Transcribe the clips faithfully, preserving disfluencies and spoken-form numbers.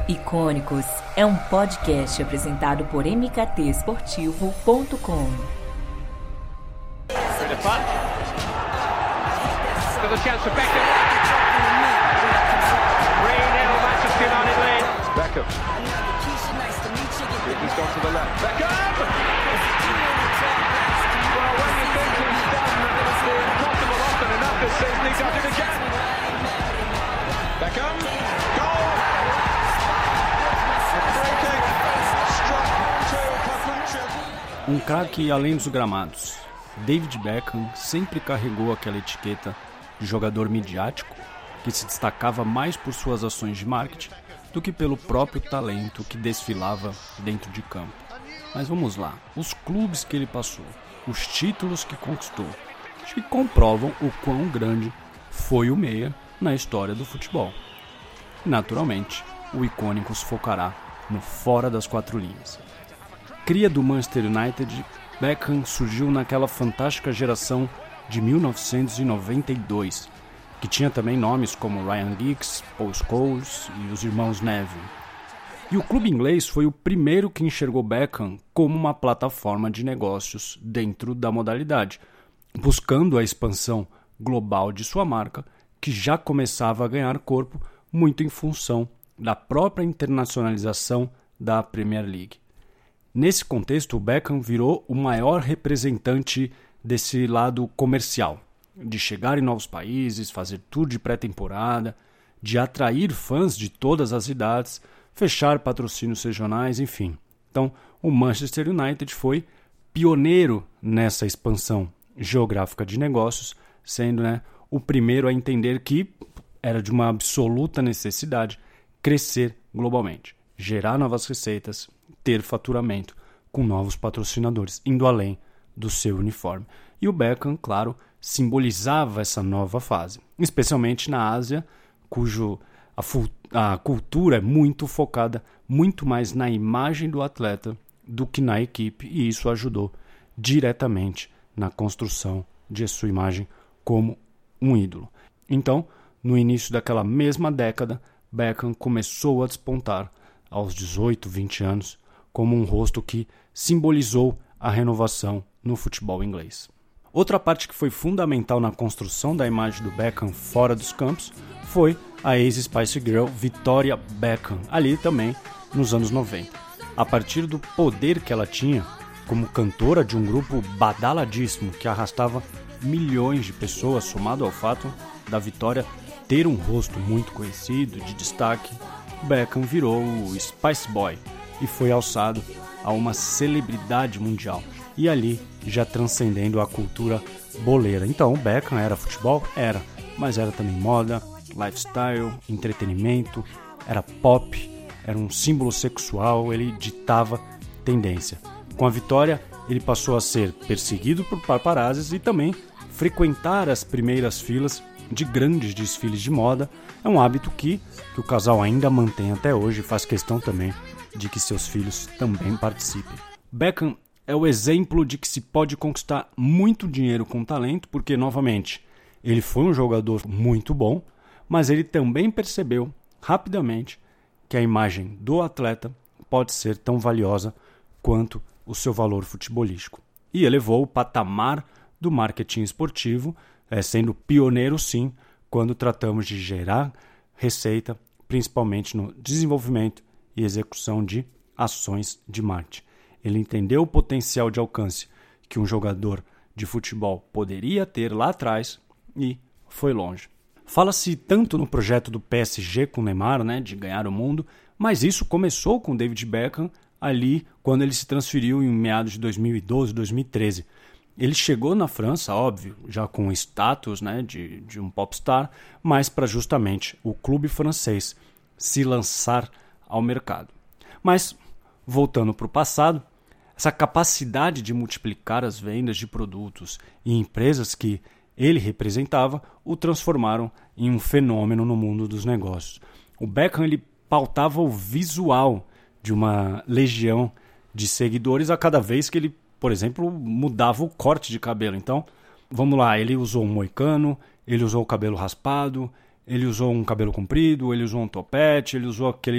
Icônicos é um podcast apresentado por m k t esportivo ponto com. Beckham. He's gone to the left. Beckham! Well, when you think he's done the impossible often enough this season, he does it again. Beckham, goal! Breaking, struck to Papucha. Um craque além dos gramados. David Beckham sempre carregou aquela etiqueta de jogador midiático que se destacava mais por suas ações de marketing do que pelo próprio talento que desfilava dentro de campo. Mas vamos lá, os clubes que ele passou, os títulos que conquistou, acho que comprovam o quão grande foi o meia na história do futebol. Naturalmente, o Icônicos focará no fora das quatro linhas. Cria do Manchester United, Beckham surgiu naquela fantástica geração de mil novecentos e noventa e dois, que tinha também nomes como Ryan Giggs, Paul Scholes e os irmãos Neville. E o clube inglês foi o primeiro que enxergou Beckham como uma plataforma de negócios dentro da modalidade, buscando a expansão global de sua marca, que já começava a ganhar corpo muito em função da própria internacionalização da Premier League. Nesse contexto, o Beckham virou o maior representante desse lado comercial, de chegar em novos países, fazer tour de pré-temporada, de atrair fãs de todas as idades, fechar patrocínios regionais, enfim. Então, o Manchester United foi pioneiro nessa expansão geográfica de negócios, sendo, né, o primeiro a entender que era de uma absoluta necessidade crescer globalmente, gerar novas receitas, ter faturamento com novos patrocinadores, indo além do seu uniforme. E o Beckham, claro, simbolizava essa nova fase, especialmente na Ásia, cujo a, fu- a cultura é muito focada muito mais na imagem do atleta do que na equipe, e isso ajudou diretamente na construção de sua imagem como um ídolo. Então, no início daquela mesma década, Beckham começou a despontar aos dezoito, vinte anos como um rosto que simbolizou a renovação no futebol inglês. Outra parte que foi fundamental na construção da imagem do Beckham fora dos campos foi a ex-Spice Girl Victoria Beckham, ali também nos anos noventa. A partir do poder que ela tinha como cantora de um grupo badaladíssimo que arrastava milhões de pessoas, somado ao fato da Victoria ter um rosto muito conhecido, de destaque, Beckham virou o Spice Boy e foi alçado a uma celebridade mundial, e ali já transcendendo a cultura boleira. Então, o Beckham era futebol? Era, mas era também moda, lifestyle, entretenimento, era pop, era um símbolo sexual, ele ditava tendência. Com a vitória, ele passou a ser perseguido por paparazzis e também frequentar as primeiras filas de grandes desfiles de moda. É um hábito que, que o casal ainda mantém até hoje e faz questão também de que seus filhos também participem. Beckham é o exemplo de que se pode conquistar muito dinheiro com talento, porque, novamente, ele foi um jogador muito bom, mas ele também percebeu rapidamente que a imagem do atleta pode ser tão valiosa quanto o seu valor futebolístico. E elevou o patamar do marketing esportivo, é, sendo pioneiro, sim, quando tratamos de gerar receita, principalmente no desenvolvimento e execução de ações de marketing. Ele entendeu o potencial de alcance que um jogador de futebol poderia ter lá atrás e foi longe. Fala-se tanto no projeto do P S G com o Neymar, né, de ganhar o mundo, mas isso começou com David Beckham ali quando ele se transferiu em meados de dois mil e doze, dois mil e treze. Ele chegou na França, óbvio, já com o status, né, de, de um popstar, mas para justamente o clube francês se lançar ao mercado. Mas, voltando para o passado, essa capacidade de multiplicar as vendas de produtos e empresas que ele representava o transformaram em um fenômeno no mundo dos negócios. O Beckham ele pautava o visual de uma legião de seguidores a cada vez que ele, por exemplo, mudava o corte de cabelo. Então, vamos lá, ele usou um moicano, ele usou o cabelo raspado, ele usou um cabelo comprido, ele usou um topete, ele usou aquele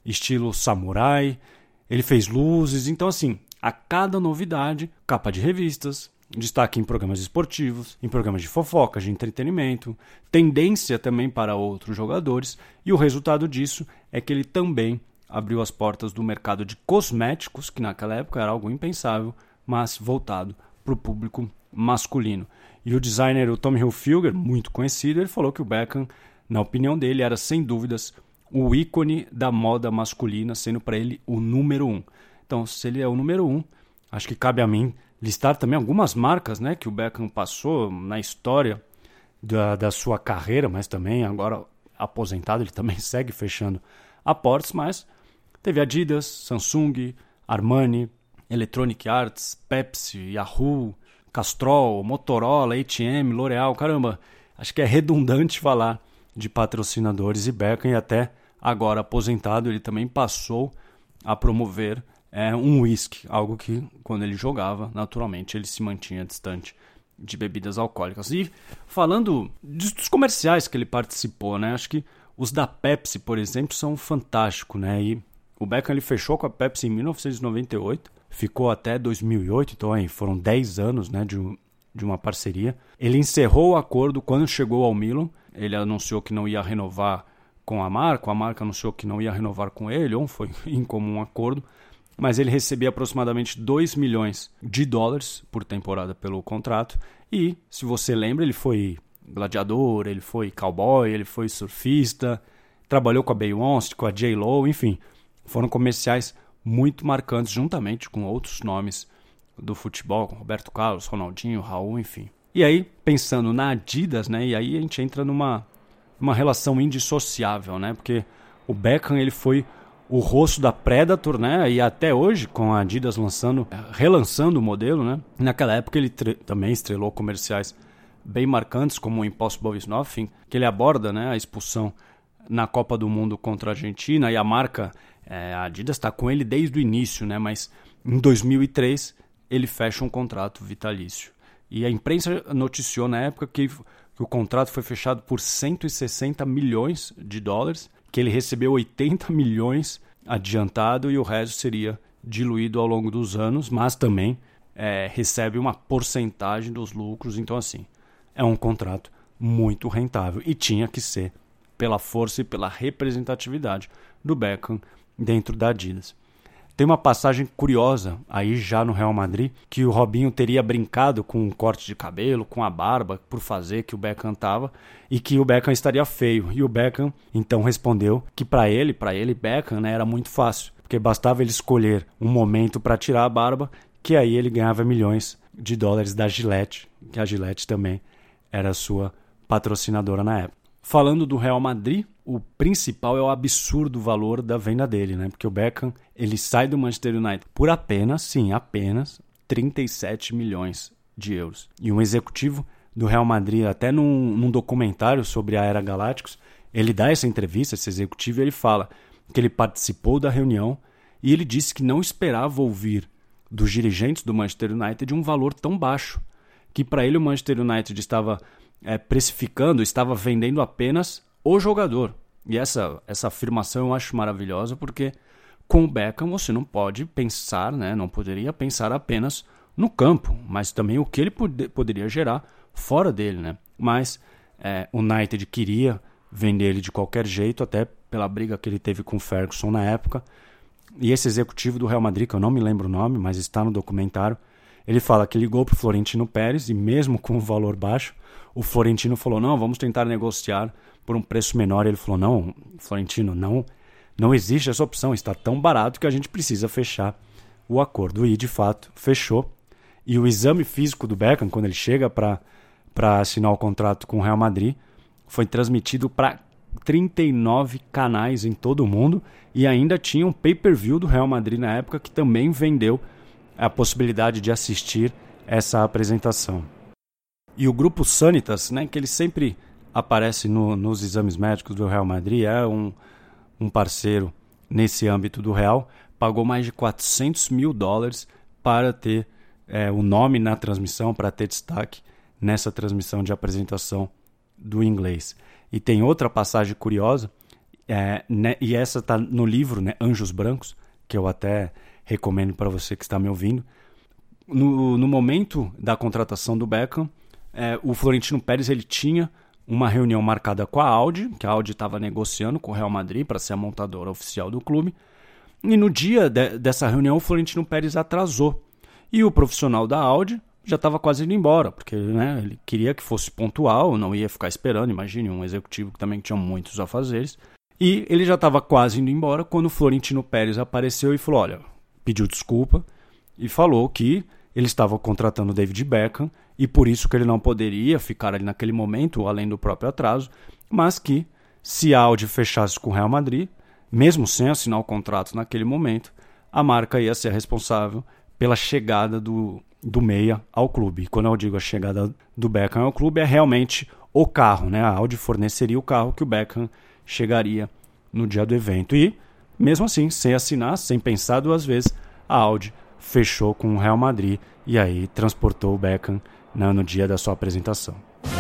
estilo samurai, ele fez luzes, então assim, a cada novidade, capa de revistas, destaque em programas esportivos, em programas de fofocas, de entretenimento, tendência também para outros jogadores, e o resultado disso é que ele também abriu as portas do mercado de cosméticos, que naquela época era algo impensável, mas voltado para o público masculino. E o designer, o Tommy Hilfiger, muito conhecido, ele falou que o Beckham, na opinião dele, era sem dúvidas o ícone da moda masculina, sendo para ele o número um. Então, se ele é o número um, acho que cabe a mim listar também algumas marcas, né, que o Beckham passou na história da, da sua carreira, mas também agora aposentado, ele também segue fechando aportes, mas teve Adidas, Samsung, Armani, Electronic Arts, Pepsi, Yahoo, Castrol, Motorola, H e M, L'Oreal, caramba, acho que é redundante falar de patrocinadores, e Beckham, e até agora aposentado, ele também passou a promover é, um whisky, algo que quando ele jogava, naturalmente, ele se mantinha distante de bebidas alcoólicas. E falando dos comerciais que ele participou, né, acho que os da Pepsi, por exemplo, são fantásticos, né, e o Beckham ele fechou com a Pepsi em mil novecentos e noventa e oito, ficou até dois mil e oito, então aí foram dez anos, né, de, de uma parceria. Ele encerrou o acordo quando chegou ao Milan, ele anunciou que não ia renovar com a marca, a marca anunciou que não ia renovar com ele, ou foi em comum acordo, mas ele recebia aproximadamente dois milhões de dólares por temporada pelo contrato, e, se você lembra, ele foi gladiador, ele foi cowboy, ele foi surfista, trabalhou com a Beyoncé, com a J-Lo, enfim, foram comerciais muito marcantes, juntamente com outros nomes do futebol, como Roberto Carlos, Ronaldinho, Raul, enfim. E aí, pensando na Adidas, né, e aí a gente entra numa uma relação indissociável, né, porque o Beckham ele foi o rosto da Predator, né, e até hoje, com a Adidas lançando, relançando o modelo, né, naquela época ele tre- também estrelou comerciais bem marcantes, como o Impossible is Nothing, que ele aborda, né, a expulsão na Copa do Mundo contra a Argentina, e a marca, é, a Adidas está com ele desde o início, né, mas em dois mil e três ele fecha um contrato vitalício. E a imprensa noticiou na época que, que o contrato foi fechado por cento e sessenta milhões de dólares, que ele recebeu oitenta milhões adiantado e o resto seria diluído ao longo dos anos, mas também é, recebe uma porcentagem dos lucros. Então, assim, é um contrato muito rentável e tinha que ser pela força e pela representatividade do Beckham dentro da Adidas. Tem uma passagem curiosa aí já no Real Madrid, que o Robinho teria brincado com um corte de cabelo, com a barba, por fazer que o Beckham tava, e que o Beckham estaria feio. E o Beckham então respondeu que para ele, para ele Beckham, né, era muito fácil, porque bastava ele escolher um momento para tirar a barba, que aí ele ganhava milhões de dólares da Gillette, que a Gillette também era sua patrocinadora na época. Falando do Real Madrid, o principal é o absurdo valor da venda dele, né? Porque o Beckham ele sai do Manchester United por apenas, sim, apenas trinta e sete milhões de euros. E um executivo do Real Madrid, até num, num documentário sobre a Era Galácticos, ele dá essa entrevista, esse executivo, e ele fala que ele participou da reunião e ele disse que não esperava ouvir dos dirigentes do Manchester United um valor tão baixo, que para ele o Manchester United estava é, precificando, estava vendendo apenas o jogador. E essa, essa afirmação eu acho maravilhosa, porque com o Beckham você não pode pensar, né, não poderia pensar apenas no campo, mas também o que ele pod- poderia gerar fora dele, né? Mas é, o United queria vender ele de qualquer jeito, até pela briga que ele teve com o Ferguson na época. E esse executivo do Real Madrid, que eu não me lembro o nome, mas está no documentário, ele fala que ligou para o Florentino Pérez e mesmo com o valor baixo, o Florentino falou, não, vamos tentar negociar por um preço menor. Ele falou, não, Florentino, não, não existe essa opção, está tão barato que a gente precisa fechar o acordo. E, de fato, fechou. E o exame físico do Beckham, quando ele chega para para assinar o contrato com o Real Madrid, foi transmitido para trinta e nove canais em todo o mundo, e ainda tinha um pay-per-view do Real Madrid na época que também vendeu a possibilidade de assistir essa apresentação. E o grupo Sanitas, né, que ele sempre aparece no, nos exames médicos do Real Madrid, é um, um parceiro nesse âmbito do Real, pagou mais de quatrocentos mil dólares para ter é, o nome na transmissão, para ter destaque nessa transmissão de apresentação do inglês. E tem outra passagem curiosa, É, né, e essa tá no livro, né, Anjos Brancos, que eu até recomendo para você que está me ouvindo. No, no momento da contratação do Beckham, é, o Florentino Pérez ele tinha uma reunião marcada com a Audi, que a Audi estava negociando com o Real Madrid para ser a montadora oficial do clube. E no dia de, dessa reunião, o Florentino Pérez atrasou. E o profissional da Audi já estava quase indo embora, porque né, ele queria que fosse pontual, não ia ficar esperando. Imagine, um executivo que também tinha muitos afazeres. E ele já estava quase indo embora quando o Florentino Pérez apareceu e falou, olha, pediu desculpa e falou que ele estava contratando o David Beckham e por isso que ele não poderia ficar ali naquele momento, além do próprio atraso, mas que se a Audi fechasse com o Real Madrid, mesmo sem assinar o contrato naquele momento, a marca ia ser responsável pela chegada do, do meia ao clube. E quando eu digo a chegada do Beckham ao clube, é realmente o carro, né? A Audi forneceria o carro que o Beckham chegaria no dia do evento. E, mesmo assim, sem assinar, sem pensar duas vezes, a Audi fechou com o Real Madrid e aí transportou o Beckham né, no dia da sua apresentação.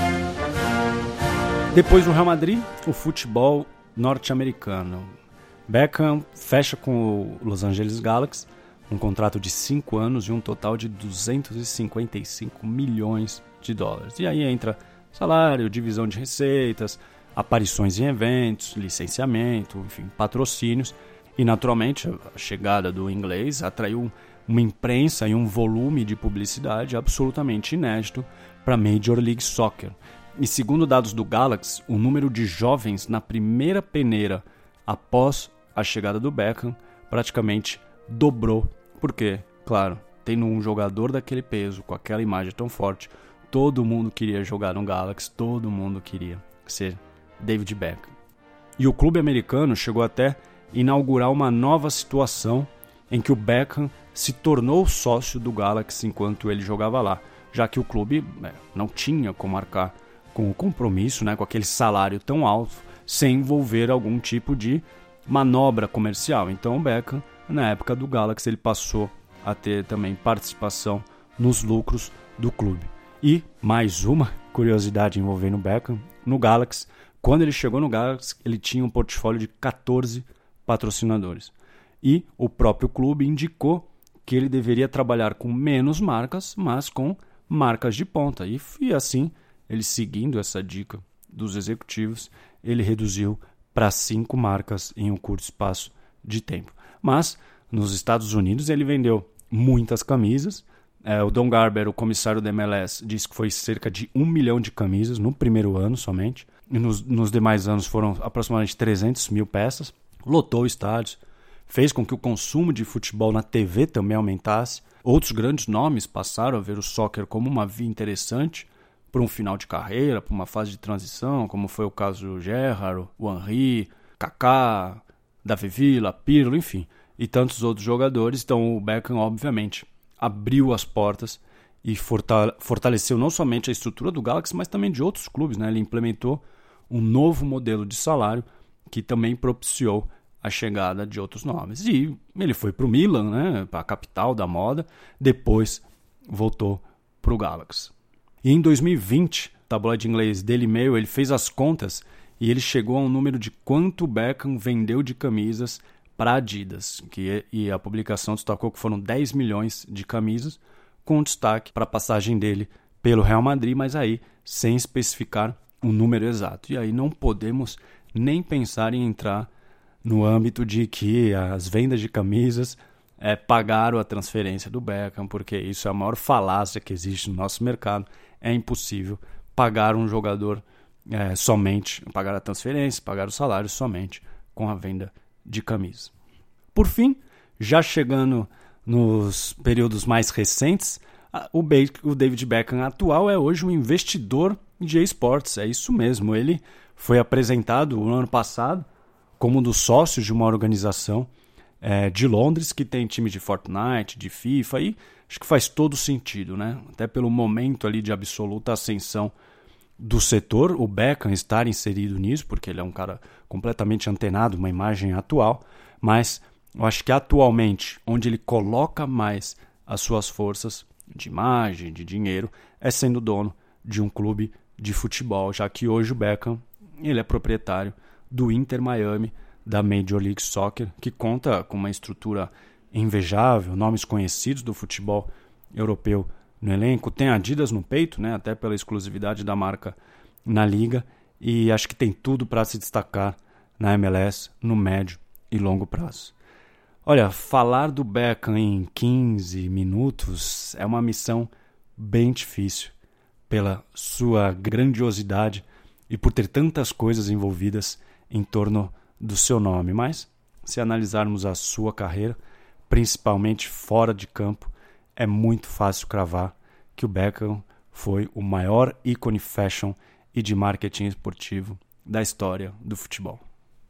Depois do Real Madrid, o futebol norte-americano. Beckham fecha com o Los Angeles Galaxy um contrato de cinco anos e um total de duzentos e cinquenta e cinco milhões de dólares. E aí entra salário, divisão de receitas, aparições em eventos, licenciamento, enfim, patrocínios. E, naturalmente, a chegada do inglês atraiu uma imprensa e um volume de publicidade absolutamente inédito para a Major League Soccer. E, segundo dados do Galaxy, o número de jovens na primeira peneira após a chegada do Beckham praticamente dobrou. Porque, claro, tendo um jogador daquele peso, com aquela imagem tão forte, todo mundo queria jogar no Galaxy, todo mundo queria ser David Beckham. E o clube americano chegou até inaugurar uma nova situação em que o Beckham se tornou sócio do Galaxy enquanto ele jogava lá, já que o clube é, não tinha como arcar com o compromisso, né, com aquele salário tão alto, sem envolver algum tipo de manobra comercial. Então o Beckham, na época do Galaxy, ele passou a ter também participação nos lucros do clube. E mais uma curiosidade envolvendo o Beckham, no Galaxy, quando ele chegou no Galaxy, ele tinha um portfólio de catorze patrocinadores. E o próprio clube indicou que ele deveria trabalhar com menos marcas, mas com marcas de ponta. E, e assim, ele seguindo essa dica dos executivos, ele reduziu para cinco marcas em um curto espaço de tempo. Mas, nos Estados Unidos, ele vendeu muitas camisas. É, o Don Garber, o comissário da M L S, disse que foi cerca de um milhão de camisas no primeiro ano somente. E nos, nos demais anos foram aproximadamente trezentas mil peças. Lotou estádios. Fez com que o consumo de futebol na T V também aumentasse. Outros grandes nomes passaram a ver o soccer como uma via interessante para um final de carreira, para uma fase de transição, como foi o caso do Gerrard, o Henry, Kaká, David Villa, Pirlo, enfim, e tantos outros jogadores. Então o Beckham, obviamente, abriu as portas e fortaleceu não somente a estrutura do Galaxy, mas também de outros clubes, né? Ele implementou um novo modelo de salário que também propiciou a chegada de outros nomes. E ele foi para o Milan, né, para a capital da moda, depois voltou para o Galaxy. E em dois mil e vinte, o tabloide inglês Daily Mail, ele fez as contas e ele chegou a um número de quanto o Beckham vendeu de camisas para a Adidas. Que, e a publicação destacou que foram dez milhões de camisas, com destaque para a passagem dele pelo Real Madrid, mas aí sem especificar um número exato. E aí não podemos nem pensar em entrar no âmbito de que as vendas de camisas é, pagaram a transferência do Beckham, porque isso é a maior falácia que existe no nosso mercado. É impossível pagar um jogador é, somente, pagar a transferência, pagar o salário somente com a venda de camisa. Por fim, já chegando nos períodos mais recentes, o, Be- o David Beckham atual é hoje um investidor de esportes. É isso mesmo, ele foi apresentado no ano passado como um dos sócios de uma organização é, de Londres que tem time de Fortnite, de FIFA, e acho que faz todo sentido, né? Até pelo momento ali de absoluta ascensão do setor, o Beckham estar inserido nisso, porque ele é um cara completamente antenado, uma imagem atual, mas eu acho que atualmente, onde ele coloca mais as suas forças de imagem, de dinheiro, é sendo dono de um clube de futebol, já que hoje o Beckham ele é proprietário do Inter Miami da Major League Soccer, que conta com uma estrutura invejável, nomes conhecidos do futebol europeu no elenco, tem Adidas no peito, né, até pela exclusividade da marca na liga, e acho que tem tudo para se destacar na M L S no médio e longo prazo. Olha, falar do Beckham em quinze minutos é uma missão bem difícil, pela sua grandiosidade e por ter tantas coisas envolvidas em torno do seu nome. Mas, se analisarmos a sua carreira, principalmente fora de campo, é muito fácil cravar que o Beckham foi o maior ícone fashion e de marketing esportivo da história do futebol.